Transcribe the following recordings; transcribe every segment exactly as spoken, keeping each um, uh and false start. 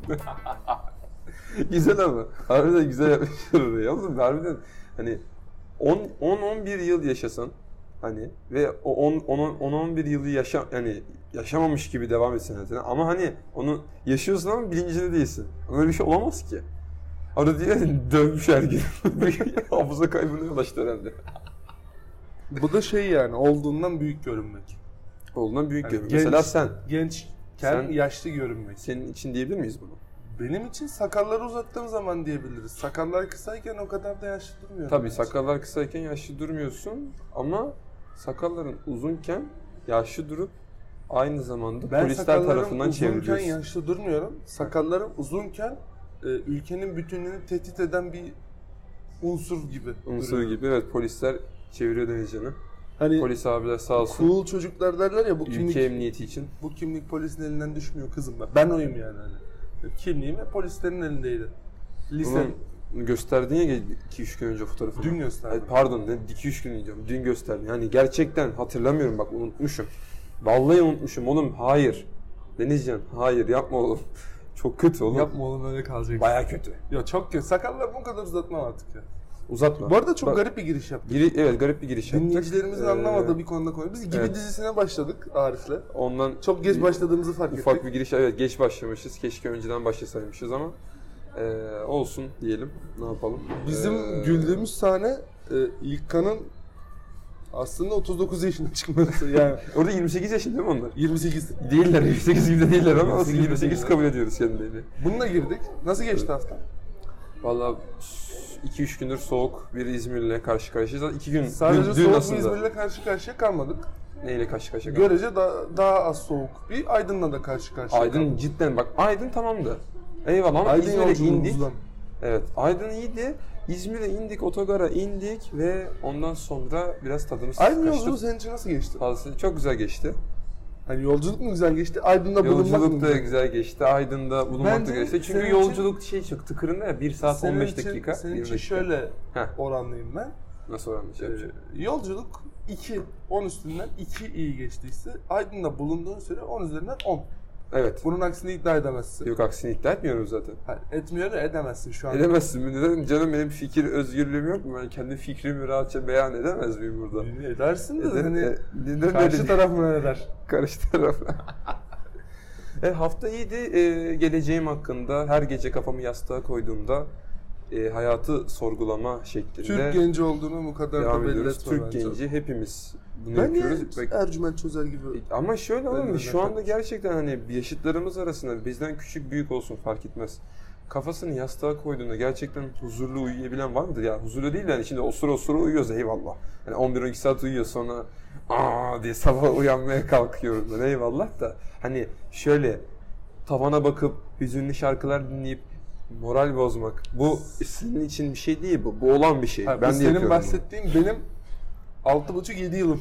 Güzel ama. Harbiden güzel yapmışlar orayı. Yalnız harbiden hani on on bir yıl yaşasan hani ve o on on on bir yılı yaşa yani yaşamamış gibi devam etsen hayatına. Ama hani onu yaşıyorsun ama bilincinde değilsin. Öyle bir şey olamaz ki. Orada diye dövmüş her gün. Hafıza kaybına yol açtı herhalde. Bu da şey yani olduğundan büyük görünmek. Olduğundan büyük Yani görünmek. genç, Mesela sen. Gençken Sen, yaşlı görünmek. Senin için diyebilir miyiz bunu? Benim için sakalları uzattığım zaman diyebiliriz. Sakallar kısayken o kadar da yaşlı durmuyor. Tabii sakallar kısayken yaşlı durmuyorsun ama sakalların uzunken yaşlı durup aynı zamanda ben polisler tarafından çevriliyorsun. Ben uzunken yaşlı durmuyorum. Sakallarım uzunken e, ülkenin bütünlüğünü tehdit eden bir unsur gibi. Unsur duruyor. gibi evet, polisler çeviriyor deneyeceğini. Hani polis abiler sağ olsun. Cool çocuklar derler ya, bu kimlik, ülke emniyeti için. Bu kimlik polisin elinden düşmüyor kızım ben. Ben oyum yani hani. Kimliğim hep polislerin elindeydi. Lise. Bunu gösterdin ya iki üç gün önce fotoğrafını. Dün gösterdim. Ay, pardon iki üç gün diyorum. Dün gösterdim. Yani gerçekten hatırlamıyorum bak, unutmuşum. Vallahi unutmuşum oğlum. Hayır. Denizcan hayır yapma oğlum. Çok kötü oğlum. Yapma oğlum, öyle kalacak. Baya kötü. Ya çok kötü. Sakallar bu kadar uzatmam artık ya. Uzatma. Bu arada çok bak, garip bir giriş yaptık. Giri, evet garip bir giriş yaptık. Dinleyicilerimizin ee, anlamadığı bir konuda konuyu. Biz Gibi evet. dizisine başladık Arif'le. Ondan çok geç başladığımızı fark ettik. Ufak bir giriş, evet geç başlamışız. Keşke önceden başlasaymışız ama e, olsun diyelim. Ne yapalım? Bizim ee, güldüğümüz sahne e, İlkan'ın aslında otuz dokuz yaşında çıkması yani. Orada yirmi sekiz yaşında değil mi onlar? yirmi sekiz. Değiller, yirmi sekiz gibi de değiller ama yirmi sekiz, yirmi sekiz kabul ediyoruz kendilerini. Bununla girdik. Nasıl geçti evet. hafta? Vallahi iki üç gündür soğuk bir İzmir'le karşı karşıyayız. iki gün sadece dün, dün soğuk bir İzmir'le karşı karşıya kalmadık. Neyle karşı karşıya kalmadık? Görece da, daha az soğuk bir Aydın'la da karşı karşıya Aydın kalmadık. Cidden bak, Aydın tamamdı. Eyvallah ama Aydın İzmir'e indik. Uzun. Evet, Aydın iyiydi. İzmir'e indik, otogara indik ve ondan sonra biraz tadımız kaçtı. Aydın yolculuğu senin için nasıl geçti? Fazla, çok güzel geçti. Hani yolculuk mu güzel geçti? Aydın'da bulunmak mı? Yolculuk da güzel geçti. Aydın'da bulunmak da geçti. Çünkü yolculuk için, şey çok tıkırında ya, bir saat on beş dakika. Senin için şöyle Heh. oranlıyım ben. Nasıl oranlayacağım? Ee, yolculuk iki, on üstünden iki iyi geçtiyse Aydın'da bulunduğun süre on üzerinden on. Evet. Bunun aksini iddia edemezsin. Yok, aksini iddia etmiyorum zaten. Hayır, etmiyor da edemezsin şu an. Edemezsin. Neden? Canım benim fikir özgürlüğüm yok mu? Ben kendi fikrimi rahatça beyan edemez miyim burada? Edersin de Eder, hani e, karşı taraf mı eder? Karşı taraf. e, hafta iyiydi. E, geleceğim hakkında her gece kafamı yastığa koyduğumda e, hayatı sorgulama şeklinde. Türk genci olduğunu bu kadar da belli etme Türk bence. genci hepimiz bunu ben yapıyoruz. Ben Ercüment Çözer gibi. Ama şöyle oğlum, şu anda tabii. gerçekten hani yaşıtlarımız arasında bizden küçük büyük olsun fark etmez. Kafasını yastığa koyduğunda gerçekten huzurlu uyuyabilen var mıdır ya? Huzurlu değil de yani şimdi osura osura uyuyoruz eyvallah. Yani on bir on iki saat uyuyor, sonra aa diye sabah uyanmaya kalkıyorum ben, eyvallah da. Hani şöyle tavana bakıp hüzünlü şarkılar dinleyip moral bozmak, bu senin için bir şey değil, bu. Bu olan bir şey. Hayır, ben de senin bahsettiğin bunu. Benim altı buçuk yedi yılım.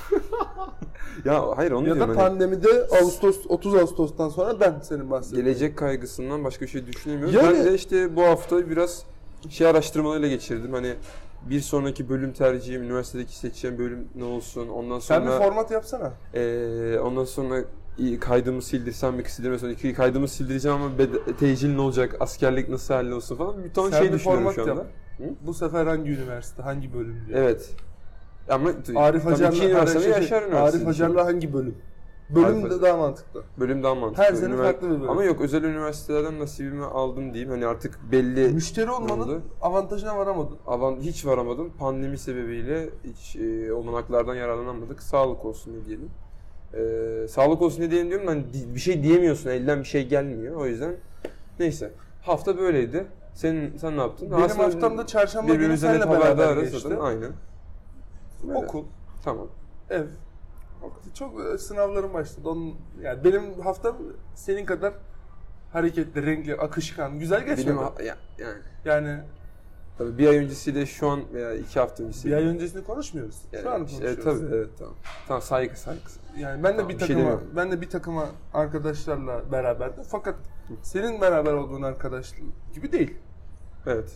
Ya hayır onu ya diyorum. Ya da pandemide hani, Ağustos otuz Ağustos'tan sonra ben senin bahsettiğim. Gelecek kaygısından başka bir şey düşünemiyorum. Yani, ben de işte bu hafta biraz şey araştırmalarıyla geçirdim. Hani bir sonraki bölüm tercihim, üniversitedeki seçeceğim bölüm ne olsun. Ondan sonra sen bir format yapsana. E, ondan sonra kaydımı sildirsem mi sildirmesem mi? Kaydımı sildireceğim ama tecil ne olacak? Askerlik nasıl hallolsun falan. Bir ton sen şey düşünüyorum şu anda. Yap. Bu sefer hangi üniversite, hangi bölüm diye. Evet. Ama Arif Hacer'la şey, Yaşar Arif Hacer'la hangi bölüm? Bölüm de daha mantıklı. Bölüm daha mantıklı. Her sene farklı bir bölüm. Ama yok, özel üniversitelerden nasibimi aldım diyeyim. Hani artık belli. Müşteri olmanın oldu. Avantajına varamadın. Avant hiç varamadım. Pandemi sebebiyle hiç e, olanaklardan yararlanamadık. Sağlık olsun ne diyelim. Ee, sağlık olsun ne diyelim diyorum. Hani bir şey diyemiyorsun. Elden bir şey gelmiyor. O yüzden neyse. Hafta böyleydi. Senin sen ne yaptın? Benim Aslında haftamda çarşamba günü seninle beraber geçti. Aynen. Böyle. Okul. Tamam. Ev. Çok sınavlarım başladı. Onun, yani benim haftam senin kadar hareketli, renkli, akışkan, güzel geçmedi. Benim ha- ya, yani. Yani tabii bir ay öncesiyle şu an veya iki hafta öncesiyle. Bir ay öncesini konuşmuyoruz. Yani, şu an konuşuyoruz. Evet tabii, evet tamam. Tamam, saygı saygı. Yani ben de tamam, bir bir takıma şey ben de bir takıma arkadaşlarla beraberdim. Fakat senin beraber olduğun arkadaş gibi değil. Evet.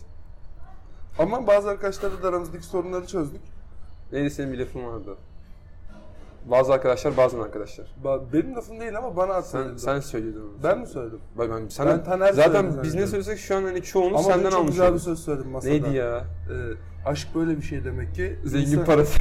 Ama bazı arkadaşlarla da aramızdaki sorunları çözdük. Neydi, senin bir lafın vardı. Bazı arkadaşlar, bazen arkadaşlar. Ba- Benim lafım değil ama bana Sen, atsaydın. sen söylüyordun onu. Ben mi söyledim? Ben, ben, sen, Ben Taner zaten söyledim biz ne zannediyorum. söylesek şu an hani çoğunu Ama senden dün çok almış güzel bir olduk. söz söyledim masada. Neydi ya? Ee, aşk böyle bir şey demek ki. Zengin İnsan- parası.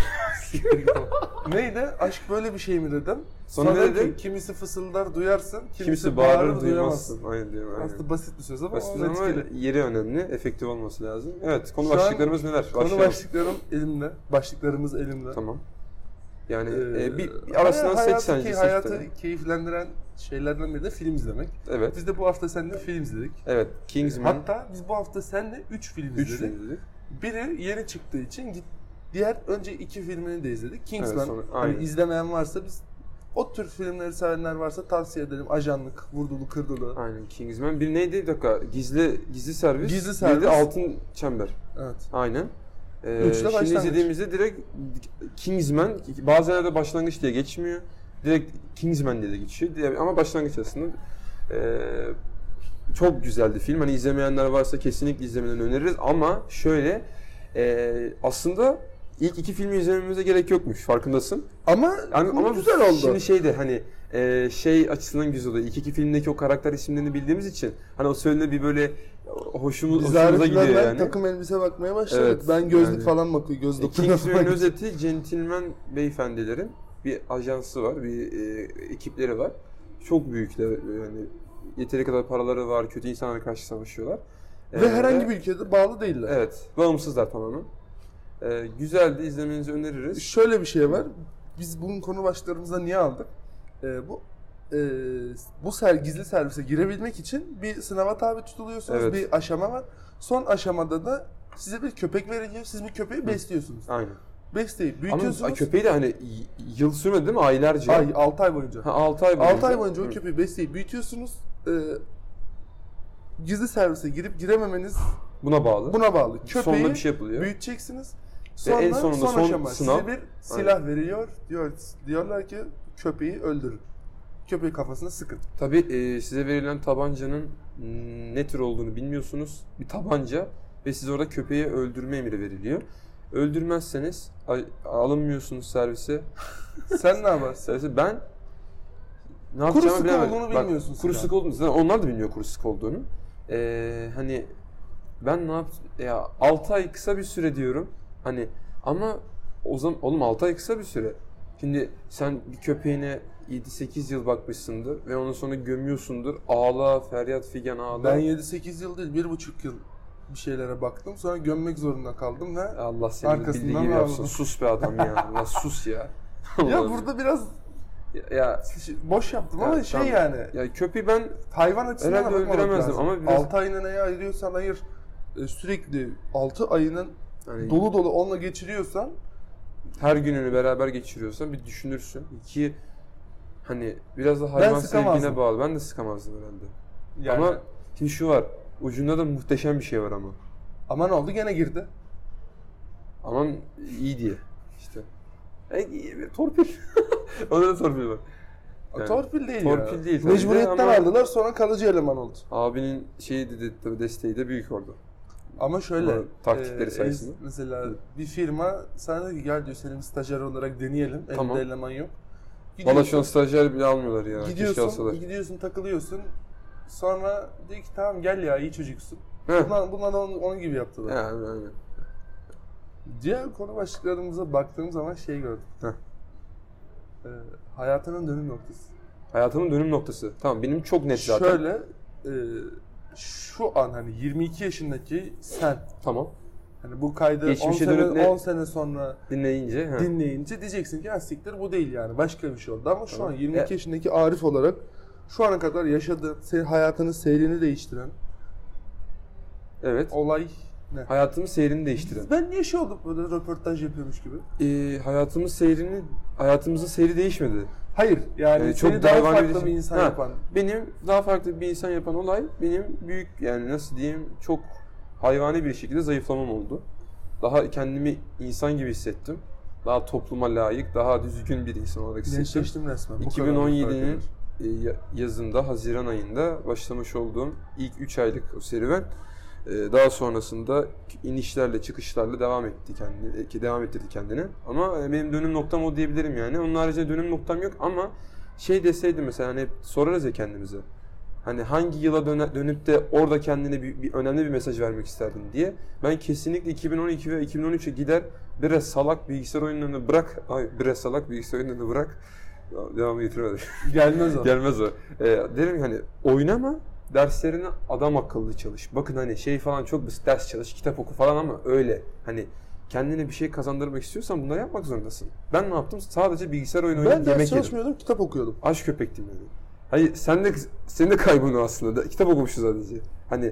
Neydi? Aşk böyle bir şey mi dedim. Sonra ne dedim dedin? ki, kimisi fısıldar duyarsın, kimisi, Kimisi bağırır, bağırır duyamazsın. duymazsın. Aynen diyorum. Aynen. Aslında basit bir söz ama, Basit ama ama etkili. yeri önemli, efektif olması lazım. Evet, konu Şu an başlıklarımız neler? Konu Başlayalım. başlıklarım elimde. Başlıklarımız elimde. Tamam. Yani Ee, e, bir bir arasından seç hayatı, sence. ki- seç hayatı tabii. keyiflendiren şeylerden biri de film izlemek. Evet. Biz de bu hafta seninle film izledik. Evet, Kingsman. Hatta biz bu hafta seninle üç film üç izledik. film dedik. Biri yeni çıktığı için git diğer önce iki filmini de izledik. Kingsman. Evet, sonra- hani aynen. izlemeyen varsa biz o tür filmleri sevenler varsa tavsiye ederim. Ajanlık, vurdulu, kırdılı. Aynen, Kingsman. Bir neydi? Bir dakika. Gizli gizli servis. Gizli Bir servis. de Altın Çember. Evet. Aynen. Ee, Üçle şimdi başlangıç. izlediğimizde direkt Kingsman, bazen yerde başlangıç diye geçmiyor. Direkt Kingsman diye de geçiyor. Ama başlangıç aslında. Ee, çok güzeldi film. Hani izlemeyenler varsa kesinlikle izlemelerini öneririz. Ama şöyle, e, aslında ilk iki filmi izlememize gerek yokmuş. Farkındasın. Ama, Yani, ama ama güzel oldu. Şimdi şey de hani e, şey açısından güzel oluyor. İlk iki filmdeki o karakter isimlerini bildiğimiz için hani o söylediğinde bir böyle hoşumuz, Biz hoşumuza gidiyor Arif'le ben yani. takım elbise bakmaya başladık. Evet, ben gözlük yani. falan bakıyor. Göz E, dokuma Kingsman'ın falan. özeti centilmen beyefendilerin bir ajansı var, bir e, ekipleri var. Çok büyükler yani yeteri kadar paraları var, kötü insanlara karşı savaşıyorlar. Ve E, herhangi bir ülkede bağlı değiller. Evet, bağımsızlar tamamen. E, güzeldi, izlemenizi öneririz. Şöyle bir şey var. Biz bunun konu başlıklarımıza niye aldık? Ee, bu e, bu ser, gizli servise girebilmek için bir sınava tabi tutuluyorsunuz. Evet. Bir aşama var. Son aşamada da size bir köpek veriliyor. Siz bir köpeği besliyorsunuz. Aynen. Besleyip büyütüyorsunuz. Ama köpeği de hani y- yıl sürmedi değil mi? Aylarca. Ay altı ay boyunca. Ha, altı ay boyunca. altı ay boyunca o Hı. köpeği besleyip büyütüyorsunuz. Ee, gizli servise girip girememeniz Buna bağlı. buna bağlı. Köpeği Sonunda bir şey yapılıyor. büyüteceksiniz. Sonra en sonunda son, son aşama sınav- size bir silah veriliyor. Diyor, diyorlar ki köpeği öldürün. Köpeği kafasına sıkın. Tabii e, size verilen tabancanın mm, ne tür olduğunu bilmiyorsunuz. Bir tabanca ve size orada köpeği öldürme emri veriliyor. Öldürmezseniz a- alınmıyorsunuz servise. Sen ne yaparsın? Servise ben ne Kuru yapacağımı sıkı bilemedim. olduğunu Bak, bilmiyorsun Kuru sen. sıkı olduğunu zaten onlar da bilmiyor kuru sıkı olduğunu. Ee, hani ben ne yaptım? Ya altı ay kısa bir süre diyorum. Hani ama o zaman oğlum altı ay kısa bir süre. Şimdi sen bir köpeğine yedi sekiz yıl bakmışsındır ve ondan sonra gömüyorsundur. Ağla, feryat figan ağla. Ben yedi sekiz yıl değil, bir buçuk yıl bir şeylere baktım. Sonra gömmek zorunda kaldım ve Allah seni de arkasından bildiği gibi yapsın. ağladım. Sus be adam ya. Ya sus ya. ya Allah'ım. burada biraz ya, ya, boş yaptım ama ya, şey tamam. yani ya köpeği ben hayvan açısından herhalde bakmamak öldüremezdim lazım. ama biraz- altı ayını neye ayırıyorsan ayır. E, sürekli altı ayının hani dolu dolu onunla geçiriyorsan her gününü beraber geçiriyorsan bir düşünürsün. İki hani biraz da hayvan sıkamazdım. sevgine bağlı. Ben de sıkamazdım herhalde. yani Ama şimdi şu var. Ucunda da muhteşem bir şey var ama. ama ne oldu gene girdi. Aman iyi diye işte. E, iyi, torpil. Onda da torpil var. Yani, torpil değil torpil ya. değil tabii de Mecburiyetten ama- aldılar sonra kalıcı eleman oldu. Abinin şeyi de, de tabii desteği de büyük orada. Ama şöyle Ama taktikleri e, sayesinde. ez- mesela bir firma sana diyor ki gel diyor seni bir stajyer olarak deneyelim. Tamam. Elinde eleman yok. Valla şu an stajyer bile almıyorlar ya. Keşke gidiyorsun, alsalar. gidiyorsun takılıyorsun. Sonra diyor ki tamam gel ya iyi çocuksun. Heh. Bunlar, bunlar da onun, onun gibi yaptılar. Yani, yani. Diğer konu başlıklarımıza baktığım zaman şey gördüm. Heh. Ee, hayatının dönüm noktası. Hayatının dönüm noktası. Tamam benim çok net zaten. Şöyle e, şu an hani yirmi iki yaşındaki sen Tamam. hani bu kaydı on Geçmişe dönüp sene, ne- on sene sonra Dinleyince. he. dinleyince diyeceksin ki ha siktir bu değil yani başka bir şey oldu ama şu Tamam. an yirmi iki E- yaşındaki Arif olarak şu ana kadar yaşadığın, senin hayatının seyrini değiştiren Evet. olay ne? Hayatımın seyrini değiştiren. Ben niye şey olduk böyle röportaj yapıyormuş gibi? Ee, hayatımın seyrini, hayatımızın seyri değişmedi. Hayır yani Ee, seni çok daha hayvani farklı bir- bir insan Ha. yapan. Benim daha farklı bir insan yapan olay benim büyük yani nasıl diyeyim çok hayvani bir şekilde zayıflamam oldu. Daha kendimi insan gibi hissettim. Daha topluma layık, daha düzgün bir insan olarak hissettim. Gençleştim resmen. Bu iki kadar bin on fark yedinin eder. e, ya- yazında, Haziran ayında başlamış olduğum ilk üç aylık o serüven Ee, daha sonrasında inişlerle çıkışlarla devam etti kendini, ki devam ettirdi kendini. Ama benim dönüm noktam o diyebilirim yani. Onun haricinde dönüm noktam yok ama şey deseydim mesela hani hep sorarız ya kendimize. Hani hangi yıla döne, dönüp de orada kendine bir, bir önemli bir mesaj vermek isterdin diye. Ben kesinlikle iki bin on iki ve iki bin on üçe gider biraz salak bilgisayar oyunlarını bırak. Ay biraz salak bilgisayar oyunlarını bırak. Devamı getiremedim. Gelmez o. Gelmez o. Ee, derim hani oynama, derslerini adam akıllı çalış. Bakın hani şey falan çok basit, ders çalış, kitap oku falan ama öyle. Hani kendine bir şey kazandırmak istiyorsan bunları yapmak zorundasın. Ben ne yaptım? Sadece bilgisayar oyunu oynayıp Ben yemek ders yedim. çalışmıyordum, kitap okuyordum. Aşk köpektim yani. Hayır sen de senin de kaybın o aslında. Kitap okumuşuz sadece. Hani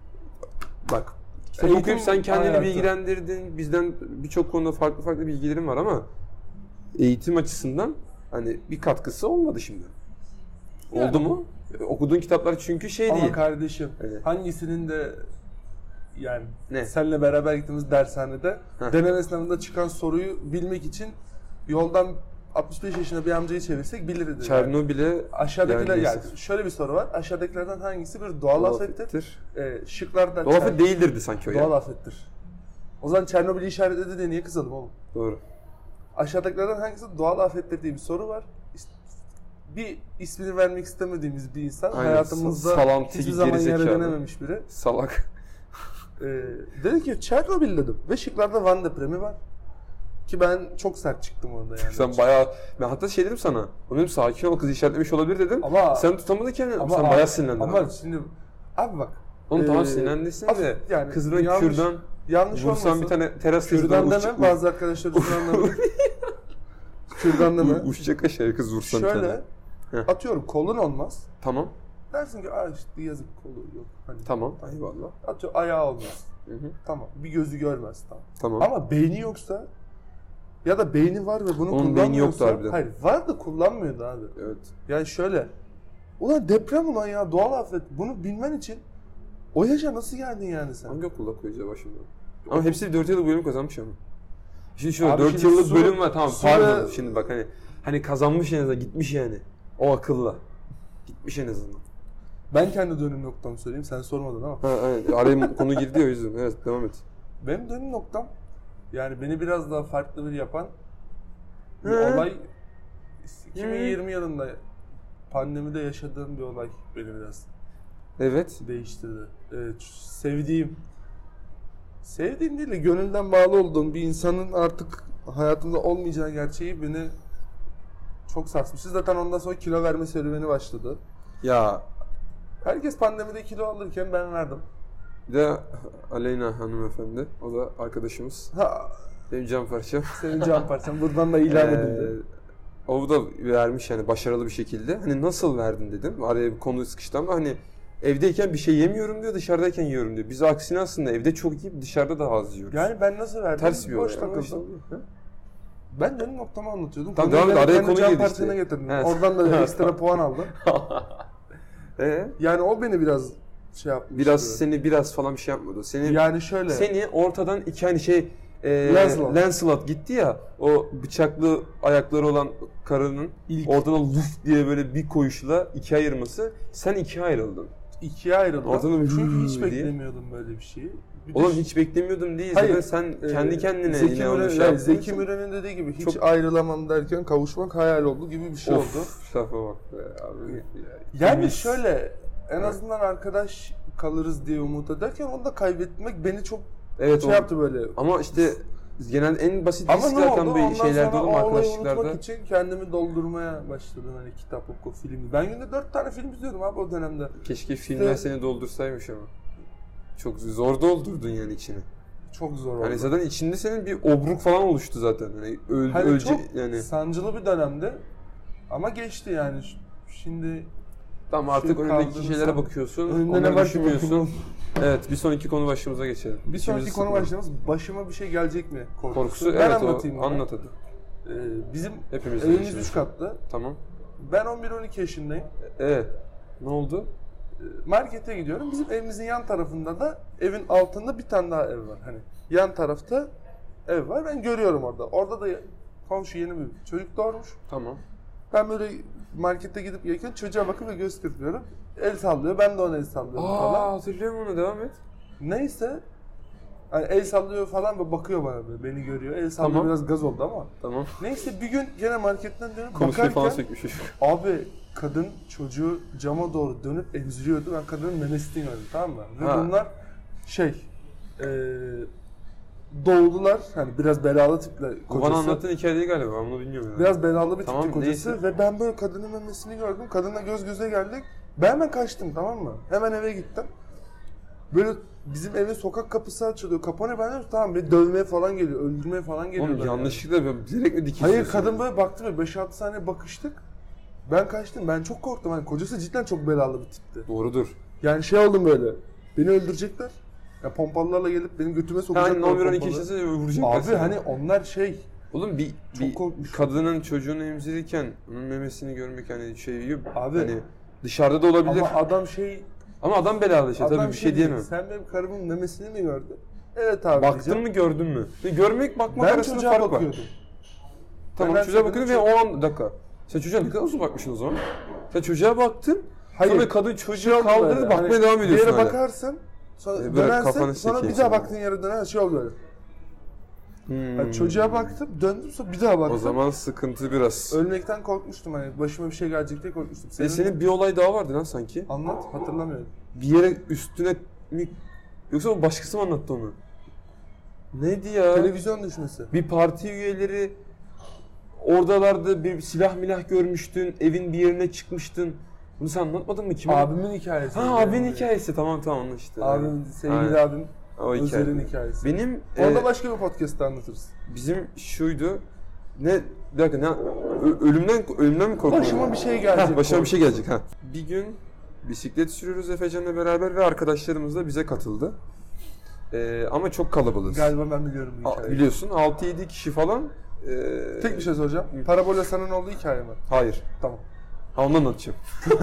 bak kitap Eğitim okuyup sen kendini hayatı. bilgilendirdin. Bizden birçok konuda farklı farklı bilgilerim var ama eğitim açısından hani bir katkısı olmadı şimdi. Yani. Oldu mu? Okuduğun kitaplar çünkü şey Ama değil. kardeşim Evet. hangisinin de yani Ne? seninle beraber gittiğimiz dershanede Heh. deneme sınavında çıkan soruyu bilmek için yoldan altmış beş yaşında bir amcayı çevirsek bilirdi. Yani. Çernobil'e Aşağıdakiler yani yani, neyse. şöyle bir soru var. Aşağıdakilerden hangisi bir doğal, doğal afettir? afettir. Ee, şıklarda Doğal Çer- afet değildirdi sanki o ya. doğal afettir. O zaman Çernobil'i işaretledi diye niye kızalım oğlum? Doğru. Aşağıdakilerden hangisi doğal afettir diye bir soru var. İşte bir ismini vermek istemediğimiz bir insan Aynen, hayatımızda salantı, hiçbir zaman yere gerizekalı. dönememiş biri. Salak. Ee, dedi ki Çernobil dedim ve şıklarda Van depremi var. Ki ben çok sert çıktım orada yani. Sen bayağı ben hatta şey dedim sana. Onu dedim sakin ol kız işaretlemiş olabilir dedim. Ama sen tutamadın kendini. ama Sen abi- bayağı sinirlendin. Ama abi. şimdi abi bak. Oğlum tamam ee, sinirlendisin af- de yani kızına yanlış- kürdan Yanlış vursan olmasın. bir tane teras Kürdan kızına deme, bazı arkadaşlar üstüne anlamıyor. Kürdan deme. Uçacak aşağıya kız vursan bir tane. Şöyle Heh. atıyorum kolun olmaz. Tamam. Dersin ki aa işte yazık kolu yok. Hani Tamam. Eyvallah. atıyor ayağı olmaz. Hı hı. Tamam. Bir gözü görmez tamam. Tamam. Ama beyni yoksa ya da beyni var ve bunu Onun beyni kullanmıyorsa. yoktu harbiden. Hayır var da kullanmıyordu abi. Evet. Yani şöyle. Ulan deprem ulan ya doğal afet. Bunu bilmen için o yaşa nasıl geldin yani sen? Hangi okulda koyacağız başında? Ama hepsi dört yıllık bölüm kazanmış ama. Şimdi şu Abi dört şimdi yıllık su- bölüm var tamam su pardon ve- şimdi bak hani hani kazanmış en azından gitmiş yani. O akılla. Gitmiş en azından. Ben kendi dönüm noktamı söyleyeyim. Sen sormadın ama. Ha evet araya konu girdi ya o yüzden. Evet devam et. Benim dönüm noktam yani beni biraz daha farklı bir yapan bir Hı. olay iki bin yirmi yılında pandemide yaşadığım bir olay beni biraz Evet. değiştirdi. Evet, sevdiğim sevdiğim değil de gönülden bağlı olduğum bir insanın artık hayatımda olmayacağı gerçeği beni çok sarsmıştı. Zaten ondan sonra kilo verme serüveni başladı. Ya Herkes pandemide kilo alırken ben verdim. bir de Aleyna hanımefendi. O da arkadaşımız. Ha, Benim can parçam. senin can parçan buradan da ilan Ee, edildi. O da vermiş yani başarılı bir şekilde. Hani nasıl verdin dedim. Araya bir konu sıkıştı ama hani evdeyken bir şey yemiyorum diyor, dışarıdayken yiyorum diyor. Biz aksine aslında evde çok yiyip dışarıda daha az yiyoruz. Yani ben nasıl verdim? ters bir Boş olay ama işte takıldım. oluyor. Ha? Ben dönüm noktamı anlatıyordum. Tamam, Konuyu devam et. ben Araya kendi konu can girdi parçana işte. getirdim. Evet. Oradan da ekstra puan aldım. Ee, Yani o beni biraz şey yapmıştı. biraz seni biraz falan bir şey yapmadı. Seni Yani şöyle. seni ortadan iki hani şey e, Lancelot. Lancelot gitti ya o bıçaklı ayakları olan karının İlk ortadan luf diye böyle bir koyuşla ikiye ayırması sen ikiye ayrıldın. ikiye ayrıldım. Ortadan bir Çünkü hıı hiç diye. beklemiyordum böyle bir şeyi. Bir de Oğlum ş- hiç beklemiyordum değil. Hayır, Zaten sen e, kendi kendine Zeki yine onu Müren, şey yani yaptın. Zeki Müren'in dediği gibi hiç Çok- ayrılamam derken kavuşmak hayal oldu gibi bir şey oldu. Of, lafa bak be abi. Yani Biz- şöyle en Evet. azından arkadaş kalırız diye umut ederken onu da kaybetmek beni çok Evet şey o- yaptı böyle. ama işte genel en basit Ama risk ne oldu? zaten Ondan bu şeylerde sonra oğlum o olayı arkadaşlıklarda. unutmak için kendimi doldurmaya başladım. Hani kitap oku, film. Ben günde dört tane film izliyordum abi o dönemde. Keşke filmler İşte- seni doldursaymış ama. Çok zor doldurdun yani içini. Çok zor oldu. Yani zaten içinde senin bir obruk falan oluştu zaten. Hani öl, Hani ölce çok yani. sancılı bir dönemde ama geçti yani. Ş- Şimdi Tamam artık Şu önündeki kaldırırsan- şeylere bakıyorsun. önünde onları ne var ki düşünmüyorsun. bakımım. Evet bir sonraki konu başlığımıza geçelim. Bir sonraki İçimizi konu sıkma. başlığımız başıma bir şey gelecek mi korkusu. Korkusu ben evet anlatayım o bunu. anlat hadi. Ee, bizim Hepimizin evimiz içinde. üç katlı. Tamam. Ben on bir on iki yaşındayım. Evet. Ne oldu? Ee, Markete gidiyorum. Bizim evimizin yan tarafında da evin altında bir tane daha ev var. Hani yan tarafta ev var. Ben görüyorum orada. Orada da komşu yeni bir çocuk doğurmuş. Tamam. Ben böyle markete gidip gelirken çocuğa bakıp ve göz kırpıyorum. El sallıyor. Ben de ona el sallıyorum Aa falan. hatırlıyorum onu devam et. Neyse. Hani el sallıyor falan ve bakıyor bana böyle. Beni görüyor. El sallıyor, Tamam. biraz gaz oldu ama. Tamam. Neyse bir gün gene marketten dönüp Konuşmayı falan bakarken sökmüş. abi kadın çocuğu cama doğru dönüp emziriyordu. Ben kadının memesini gördüm, tamam mı? Ve Ha. bunlar şey eee doğdular. Hani biraz belalı tipler Bu kocası. bana anlattığın hikaye değil galiba. Ben bunu bilmiyorum. Yani. Biraz belalı bir Tamam, tipti kocası neyse. ve ben böyle kadının memesini gördüm. Kadınla göz göze geldik. Ben hemen kaçtım, tamam mı? Hemen eve gittim. Böyle bizim evin sokak kapısı açılıyor. Kapanıyor, ben diyorum tamam, beni dövmeye falan geliyor, öldürmeye falan geliyor. Oğlum yanlışlıkla böyle direkt mi dikişiyorsun? Hayır, kadın böyle baktı ve beş altı saniye bakıştık. Ben kaçtım. Ben çok korktum. Hani kocası cidden çok belalı bir tipti. Doğrudur. Yani şey oldum böyle. Beni öldürecekler. Ya pompalılarla gelip benim götüme sokacaklar. Yani on bir on iki pompalı. yaşında vuracaklar Abi seni. hani onlar şey. Oğlum bir, Çok bir korkmuşum. kadının çocuğunu emzirirken onun memesini görmek hani şey gibi. Abi- Hani dışarıda da olabilir. Ama Ama, adam şey. adam belalı işte adam tabii bir şey diyemem. diyecek, sen benim karımın memesini mi gördün? Evet abi Baktın diyeceğim. mı gördün mü? Görmek bakmak Ben arasında çocuğa fark var. bakıyordum. Tamam Ben çocuğa kadının bakıyordun ve çok- o an bir dakika. Sen çocuğa ne kadar uzun bakmışsın o zaman? Sen çocuğa baktın. Hayır. Sonra kadın çocuğu Şey oldu kaldırdı böyle, bakmaya hani devam Bir ediyorsun yere hala. bakarsın. Sonra E, böyle kafanı dönersin. Sonra çekeyim bir daha seni. baktığın yere döner. Şey oldu böyle. Hmm. Yani çocuğa baktım. Döndüm sonra bir daha baktım. O zaman sıkıntı biraz. Ölmekten korkmuştum, hani başıma bir şey gelecek diye korkmuştum. E senin bir olay daha vardı lan sanki. Anlat, hatırlamıyorum. Bir yere üstüne mi... Yoksa o başkası mı anlattı onu? Neydi ya? Televizyon düşmesi. Bir parti üyeleri oradalardı, bir silah milah görmüştün, evin bir yerine çıkmıştın. Bunu sen anlatmadın mı? Kime? Abimin hikayesi. Ha abinin hikayesi, tamam tamam onu işte. Abim, sevgili Aynen. abim, O hikaye. Özer'in hikayesi. Benim Onu da e, başka bir podcast'ta anlatırız. bizim şuydu. Ne bir dakika ne ö- ölümden ölümden mi korkuyorsun? Başıma bir şey gelecek. Ha, başıma bir şey korkusu. gelecek ha. Bir gün bisiklet sürüyoruz Efecan'la beraber ve arkadaşlarımız da bize katıldı. Ee, ama çok kalabalığız. Galiba ben biliyorum bu A- hikayeyi. Biliyorsun altı yedi kişi falan. Ee, Tek bir şey soracağım. Parabola senin olduğu hikaye mi? Hayır. Tamam. Ha, onu anlatacağım.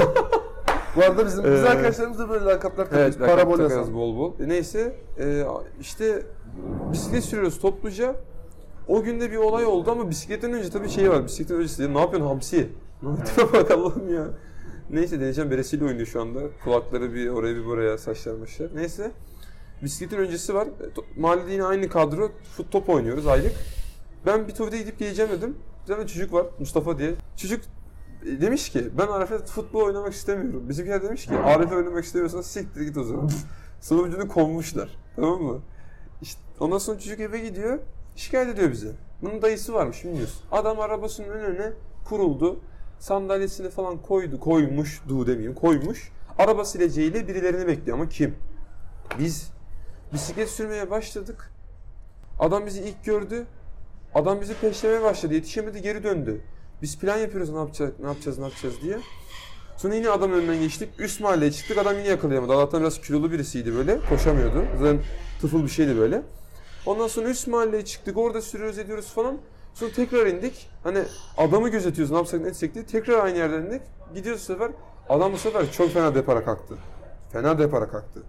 Bu arada bizim biz Ee, arkadaşlarımız da böyle lakaplar takıyoruz. Evet, lakap Parabola takarız sen. bol bol. E, neyse e, işte bisiklet sürüyoruz topluca. O günde bir olay oldu ama bisikletten önce tabii şey var. Bisikletten öncesi ya, ne yapıyorsun hamsi? Ne yapıyorsun bak Allah'ım ya. Neyse deneyeceğim, beresiyle oynuyor şu anda. Kulakları bir oraya bir buraya, saçlar başlar. Neyse. Bisikletin öncesi var. E, to- Mahallede yine aynı kadro. Fut top oynuyoruz aylık. Ben bir tuvalete gidip geleceğim dedim. Bir tane çocuk var Mustafa diye. Çocuk e, demiş ki ben Arif'le futbol oynamak istemiyorum. Bizimkiler demiş ki Arif'le oynamak istemiyorsan siktir git o zaman. Sonucunu konmuşlar. Tamam mı? İşte ondan sonra çocuk eve gidiyor. Şikayet ediyor bize. Bunun dayısı varmış bilmiyorsun. Adam arabasının önüne kuruldu. Sandalyesini falan koydu. Koymuş. Du demeyeyim. Koymuş. Araba sileceğiyle birilerini bekliyor ama kim? Biz bisiklet sürmeye başladık. Adam bizi ilk gördü. Adam bizi peşlemeye başladı. Yetişemedi, geri döndü. Biz plan yapıyoruz ne yapacağız, ne yapacağız, ne yapacağız diye. Sonra yine adam önünden geçtik. Üst mahalleye çıktık. Adam yine yakalayamadı. Allah'tan biraz kilolu birisiydi böyle. Koşamıyordu. Zaten tıfıl bir şeydi böyle. Ondan sonra üst mahalleye çıktık. Orada sürüyoruz ediyoruz falan. Sonra tekrar indik. Hani adamı gözetiyoruz ne yapsak ne etsek diye. Tekrar aynı yerden indik. Gidiyoruz bu sefer. Adam bu sefer çok fena depara kalktı. Fena depara kalktı.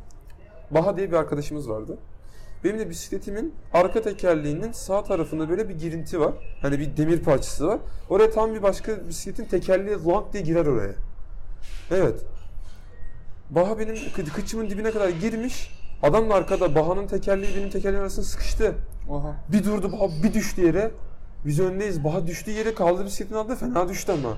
Baha diye bir arkadaşımız vardı. Benim de bisikletimin arka tekerleğinin sağ tarafında böyle bir girinti var. Hani bir demir parçası var. Oraya tam bir başka bisikletin tekerleği lank diye girer oraya. Evet. Baha benim kı- kıçımın dibine kadar girmiş. Adam da arkada. Baha'nın tekerleği benim tekerleğim arasında sıkıştı. Oha. Bir durdu Baha bir düştü yere. Biz öndeyiz. Baha düştüğü yere kaldı bisikletin altında fena düştü ama.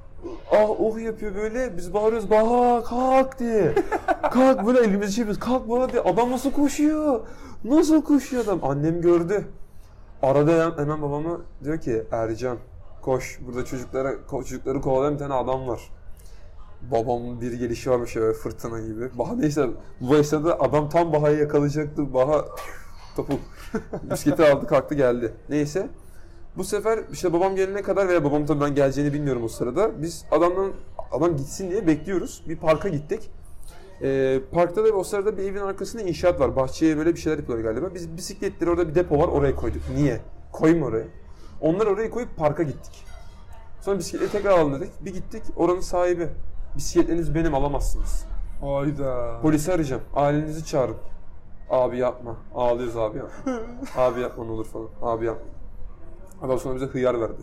Ah oh yapıyor böyle. Biz bağırıyoruz Baha kalk diye. Kalk böyle elimizi şey yapıyoruz. Kalk Baha diye. Adam nasıl koşuyor? Nasıl koşuyor adam? Annem gördü. Arada hemen babama diyor ki Ercan koş burada çocuklara çocukları kovalayan bir tane adam var. Babamın bir gelişi varmış ya fırtına gibi. Baha neyse bu esnada adam tam Baha'yı yakalayacaktı. Baha topuk bisikleti aldı kalktı geldi. Neyse. Bu sefer işte babam gelene kadar veya babam tabii ben geleceğini bilmiyorum o sırada. Biz adamdan adam gitsin diye bekliyoruz. Bir parka gittik. Ee, parkta da o sırada bir evin arkasında inşaat var. Bahçeye böyle bir şeyler yapıyorlar galiba. Biz bisikletleri orada bir depo var oraya koyduk. Niye? Koyma oraya. Onları oraya koyup parka gittik. Sonra bisikletleri tekrar alın dedik. Bir gittik oranın sahibi. Bisikletleriniz benim alamazsınız. Hayda. Polisi arayacağım. Ailenizi çağırın. Abi yapma. Ağlıyoruz abi yapma. Abi yapma ne olur falan. Abi yapma. Adam sonra bize hıyar verdi.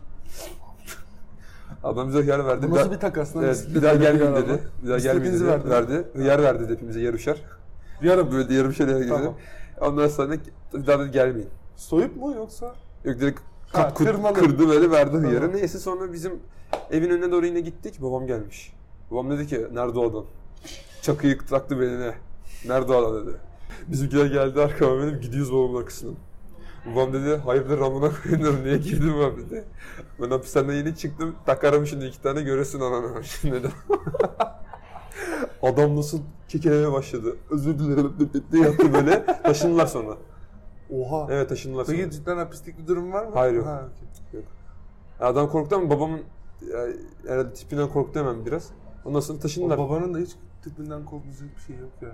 Adam bize hıyar verdi. Bu nasıl bir takas lan? Evet, Bisiklet bir daha verdi, gelmeyin hıyar dedi. aldı. Bir daha gelmeyin Bisikletinizi dedi. verdi. Verdi. Hıyar verdi dedi hepimize yer uşar. Yarım. Böyle yarım şeyler gidelim. Tamam. Ondan sonra bir daha da gelmeyin. Soyup mu yoksa? Yok direkt Ha, kat kut, kırmalı. kırdı böyle verdi Tamam. hıyarı. Neyse sonra bizim evin önüne doğru yine gittik. Babam gelmiş. Babam dedi ki nerede o adam? Çakıyı taktı beline. Nerede o adam dedi. Bizimkiler geldi arkama benim gidiyoruz babamın arkasından. Babam dedi hayırdır ramına koyunlar niye girdin babam dedi. Ben hapishaneden yeni çıktım takarım şimdi iki tane göresin ananı şimdi dedi. Adam nasıl kekelemeye başladı. Özür dilerim diye yaptı böyle. Taşındılar sonra. Oha. Evet taşındılar sonra. Peki cidden hapislik bir durum var mı? Hayır, yok. Ha, okey. Adam korktu ama babamın ya, herhalde tipinden korktu hemen biraz. Ondan sonra O taşındılar. babanın da hiç tipinden korkmayacak bir şey yok ya.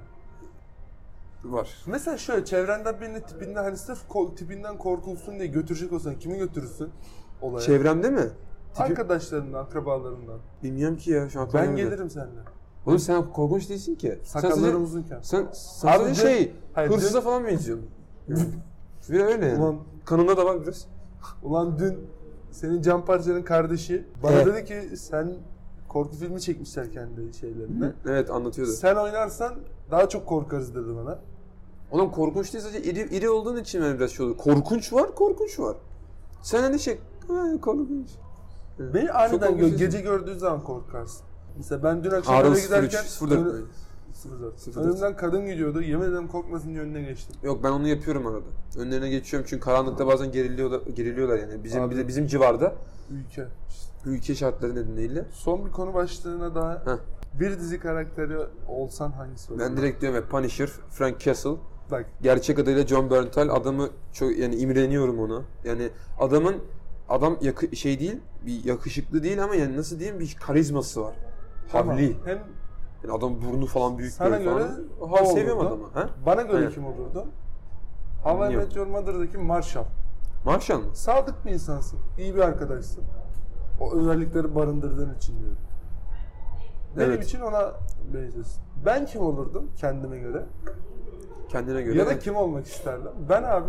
Var. Mesela şöyle çevrenden birinin tipinden hani sırf ko- tipinden korkulsun diye götürecek olsan kimi götürürsün olaya? Çevremde mi? Tipi... Arkadaşlarından, akrabalarından. Bilmiyorum ki ya şu an. Ben gelirim seninle. Oğlum sen korkunç değilsin ki. Sakallarım sen uzunken. Sen, sen Abi sadece dün- şey, Hayır, hırsıza dün- falan benziyorsun. Bir öyle yani. Ulan, Kanında da var biraz. ulan dün senin Can Parça'nın kardeşi bana Evet. dedi ki sen korku filmi çekmişler kendi şeylerinde. Evet anlatıyordu. Sen oynarsan daha çok korkarız dedi bana. Oğlum korkunç değil sadece iri, iri olduğun için benim biraz şey oluyor. Korkunç var, korkunç var. Sen hani şey, ha, korkunç. Evet. Beni Çok aniden korkunç gö- değilsin. gece gördüğün zaman korkarsın. Mesela ben dün akşam Harun eve sıfır üç, giderken sıfır dört önü- böyle. sıfır dört. sıfır dört. Önümden kadın gidiyordu. Yemin ederim korkmasın diye önüne geçtim. Yok ben onu yapıyorum arada. Önlerine geçiyorum çünkü karanlıkta bazen geriliyorlar, geriliyorlar yani. Bizim Abi. bize bizim civarda Ülke. ülke şartları nedeniyle. Son bir konu başlığına daha Heh. bir dizi karakteri olsan hangisi olur? Ben direkt diyorum ya Punisher, Frank Castle. Bak Gerçek adıyla John Bernthal. Adamı çok yani imreniyorum ona. Yani adamın adam yakı, şey değil, bir yakışıklı değil ama yani nasıl diyeyim bir karizması var. tamam. Havli. Hem Yani adam burnu falan büyük sana böyle göre falan. o Ha seviyorum olurdu. adamı. Ha? Bana göre Aynen. kim olurdu? How I Bilmiyorum. Met Your Mother'daki Marshall. Marshall mı? Sadık bir insansın. İyi bir arkadaşsın. O özellikleri barındırdığın için diyorum. Benim Evet. için ona benziyorsun. Ben kim olurdum kendime göre? Kendine göre. Ya da kim olmak isterdim? Ben abi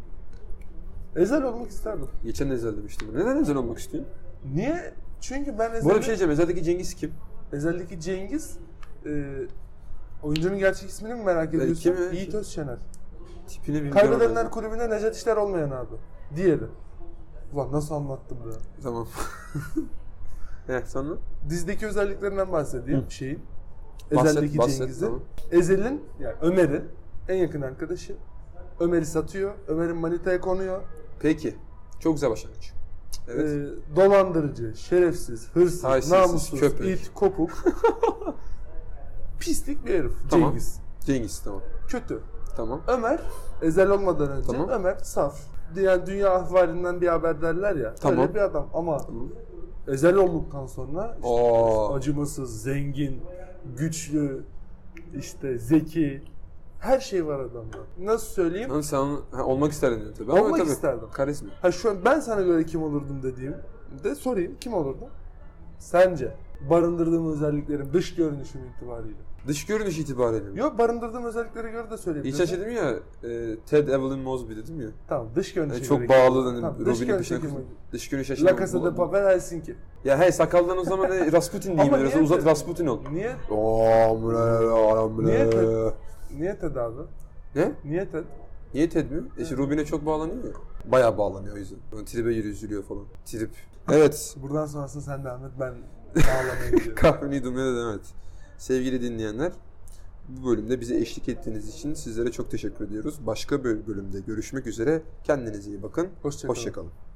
Ezel olmak isterdim. Geçen Ezel demiştim. Neden Ezel olmak istiyorsun? Niye? Çünkü ben Bu arada bir Ezel'i... şey diyeceğim. Ezel'deki Cengiz kim? Ezel'deki Cengiz e, oyuncunun gerçek ismini mi merak ediyorsun? kim ya? Yiğit Özşener. Tipini bilmiyorum. Kaybedenler Kulübü'nde Necdet İşler olmayan abi. Diğeri. Ulan nasıl anlattım ya? Tamam. Heh sonra? Dizdeki özelliklerinden bahsedeyim Hı. şeyin. Bahset, Ezel'deki bahset, Cengiz'in. tamam. Ezel'in yani Ömer'in en yakın arkadaşı. Ömer'i satıyor. Ömer'in manitaya konuyor. Peki. Çok güzel başlangıç. Evet. Ee, dolandırıcı, şerefsiz, hırsız, Haysiyetsiz, namussuz, köpek. it, kopuk. Pislik bir herif. Tamam. Cengiz. Cengiz tamam. Kötü. Tamam. Ömer, Ezel olmadan önce Tamam. Ömer saf. Yani dünya ahvalinden bir haber derler ya. Tamam. Öyle bir adam ama Tamam. Ezel olduktan sonra işte Oo. acımasız, zengin, güçlü, işte zeki, her şey var adamda. Nasıl söyleyeyim? Lan sen onu- ha, olmak isterdin diyor tabii. Ama Olmak tabii, isterdim. Karizma. Ha şu an ben sana göre kim olurdum dediğim de sorayım kim olurdun? Sence barındırdığım özelliklerin dış görünüşüm itibariyle. Dış görünüş itibariyle mi? Yok barındırdığım özelliklere göre de İlk söyleyebilirsin. başta dedim ya e, Ted Evelyn Mosby dedim ya. Tamam dış görünüşe Yani göre çok kim bağlı olurdun? hani Tamam, dış Robin'in görünüşe dışına kim kız- olurdun? dış görünüş La yaşamam. Casa de Papel Helsinki. Ya hey sakaldığın o zaman da Rasputin diyeyim Ama biraz niye uzat Ted? Rasputin ol. Niye? Niye Niye Ted? Niye Ted abi? Ne? Niye Ted? Niye Ted mi? E işte Robin'e çok bağlanıyor ya. Bayağı bağlanıyor o yüzden. Böyle tribe yürü üzülüyor falan. Trip. Evet. Buradan sonrasını sen devam et ben ağlamaya gidiyorum. Kahveni yudumluya da devam et. Sevgili dinleyenler, bu bölümde bize eşlik ettiğiniz için sizlere çok teşekkür ediyoruz. Başka bir bölümde görüşmek üzere. Kendinize iyi bakın. Hoşça kalın. Hoşça kalın.